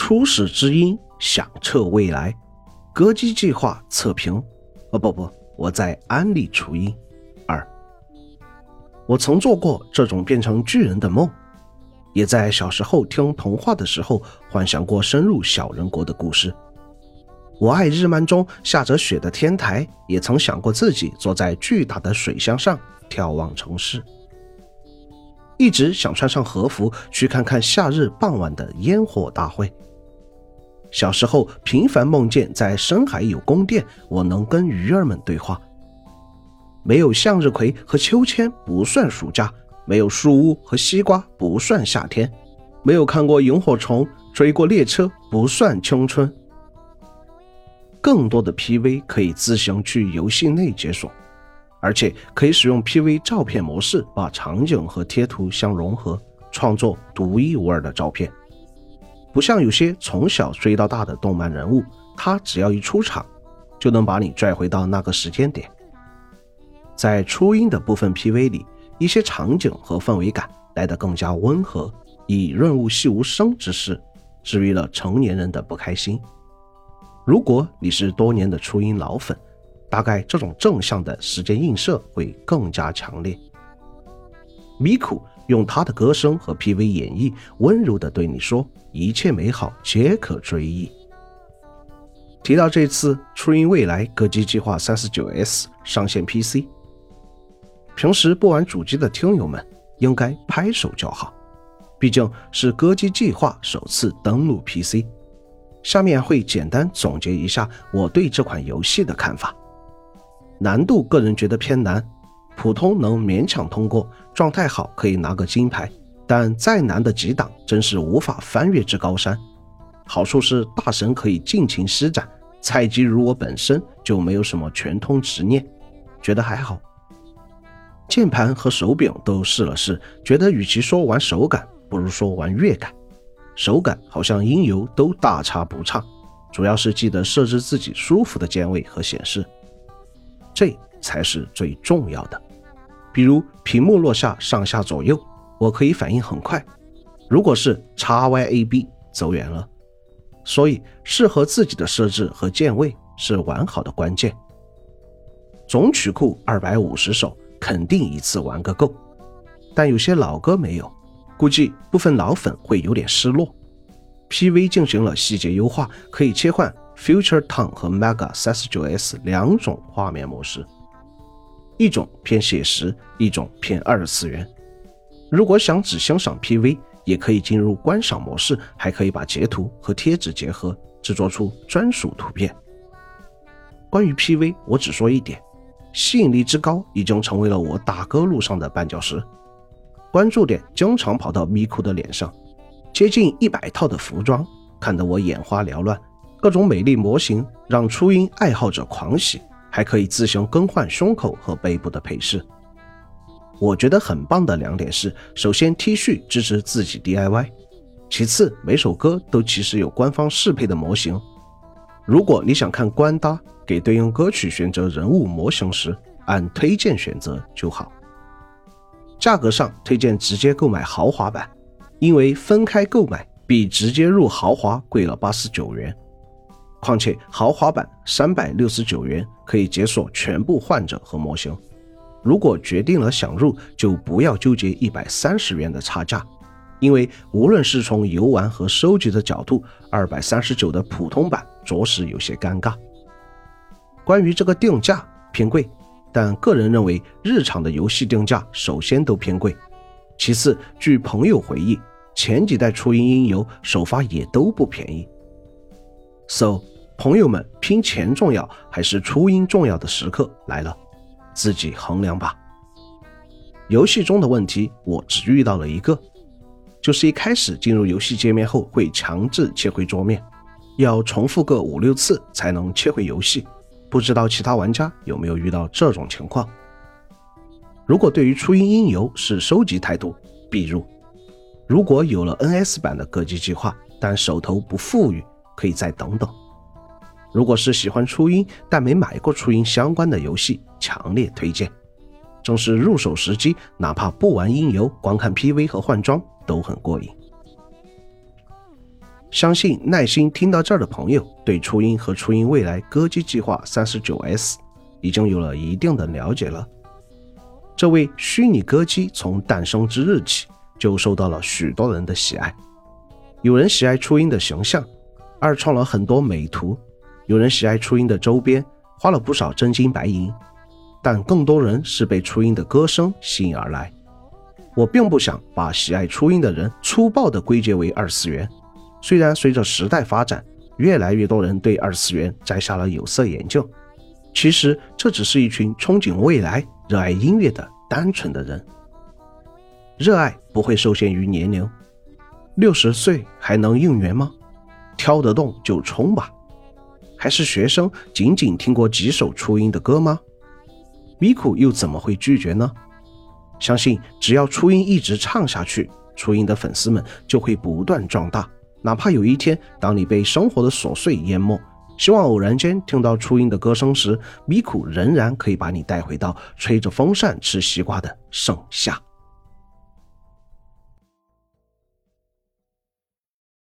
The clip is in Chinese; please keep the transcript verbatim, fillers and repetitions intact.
初始知音响彻未来，歌姬计划测评。哦不不，我在安利初音。二，我曾做过这种变成巨人的梦，也在小时候听童话的时候幻想过深入小人国的故事。我爱日漫中下着雪的天台，也曾想过自己坐在巨大的水箱上眺望城市。一直想穿上和服去看看夏日傍晚的烟火大会。小时候频繁梦见在深海有宫殿，我能跟鱼儿们对话。没有向日葵和秋千不算暑假，没有树屋和西瓜不算夏天，没有看过萤火虫追过列车不算青春。更多的 P V 可以自行去游戏内解锁，而且可以使用 P V 照片模式把场景和贴图相融合，创作独一无二的照片。不像有些从小追到大的动漫人物，他只要一出场就能把你拽回到那个时间点。在初音的部分 P V 里，一些场景和氛围感来得更加温和，以润物细无声之势治愈了成年人的不开心。如果你是多年的初音老粉，大概这种正向的时间映射会更加强烈。Miku 用他的歌声和 P V 演绎，温柔地对你说，一切美好皆可追忆。提到这次初音未来歌姬计划 三十九 S 上线 P C， 平时不玩主机的听友们应该拍手叫好，毕竟是歌姬计划首次登陆 P C。 下面会简单总结一下我对这款游戏的看法。难度个人觉得偏难，普通能勉强通过，状态好可以拿个金牌，但再难的几档真是无法翻越之高山。好处是大神可以尽情施展，菜鸡如我本身就没有什么全通执念，觉得还好。键盘和手柄都试了试，觉得与其说玩手感，不如说玩乐感。手感好像音游都大差不差，主要是记得设置自己舒服的键位和显示，这才是最重要的。比如屏幕落下上下左右，我可以反应很快，如果是 X Y A B 走远了。所以适合自己的设置和键位是玩好的关键。总曲库二百五十首肯定一次玩个够，但有些老歌没有，估计部分老粉会有点失落。 P V 进行了细节优化，可以切换 Future Tone 和 Mega 三十九 S 两种画面模式，一种偏写实，一种偏二次元。如果想只欣赏 P V， 也可以进入观赏模式，还可以把截图和贴纸结合，制作出专属图片。关于 P V 我只说一点，吸引力之高已经成为了我打歌路上的绊脚石。关注点经常跑到Miku的脸上，接近一百套的服装看得我眼花缭乱，各种美丽模型让初音爱好者狂喜，还可以自行更换胸口和背部的配饰。我觉得很棒的两点是，首先 T 恤支持自己 D I Y， 其次每首歌都其实有官方适配的模型。如果你想看官搭，给对应歌曲选择人物模型时，按推荐选择就好。价格上推荐直接购买豪华版，因为分开购买比直接入豪华贵了八十九元。况且豪华版三百六十九元可以解锁全部患者和模型，如果决定了想入，就不要纠结一百三十元的差价，因为无论是从游玩和收集的角度，二百三十九的普通版着实有些尴尬。关于这个定价偏贵，但个人认为日常的游戏定价首先都偏贵，其次据朋友回忆，前几代初音音游首发也都不便宜。 So 朋友们，拼钱重要还是初音重要的时刻来了，自己衡量吧。游戏中的问题我只遇到了一个，就是一开始进入游戏界面后会强制切回桌面，要重复个五六次才能切回游戏，不知道其他玩家有没有遇到这种情况。如果对于初音音游是收集态度，必入。如果有了 N S 版的歌姬计划，但手头不富裕，可以再等等。如果是喜欢初音但没买过初音相关的游戏，强烈推荐。正是入手时机，哪怕不玩音游，光看 P V 和换装都很过瘾。 相信耐心听到这儿的朋友对初音和初音未来歌姬计划 三十九 S 已经有了一定的了解了。这位虚拟歌姬从诞生之日起就受到了许多人的喜爱，有人喜爱初音的形象，二创了很多美图，有人喜爱初音的周边，花了不少真金白银，但更多人是被初音的歌声吸引而来。我并不想把喜爱初音的人粗暴地归结为二次元，虽然随着时代发展，越来越多人对二次元摘下了有色眼镜，其实这只是一群憧憬未来、热爱音乐的单纯的人。热爱不会受限于年龄，六十岁还能应援吗？挑得动就冲吧。还是学生仅仅听过几首初音的歌吗？米库又怎么会拒绝呢？相信只要初音一直唱下去，初音的粉丝们就会不断壮大，哪怕有一天当你被生活的琐碎淹没，希望偶然间听到初音的歌声时，米库仍然可以把你带回到吹着风扇吃西瓜的盛夏。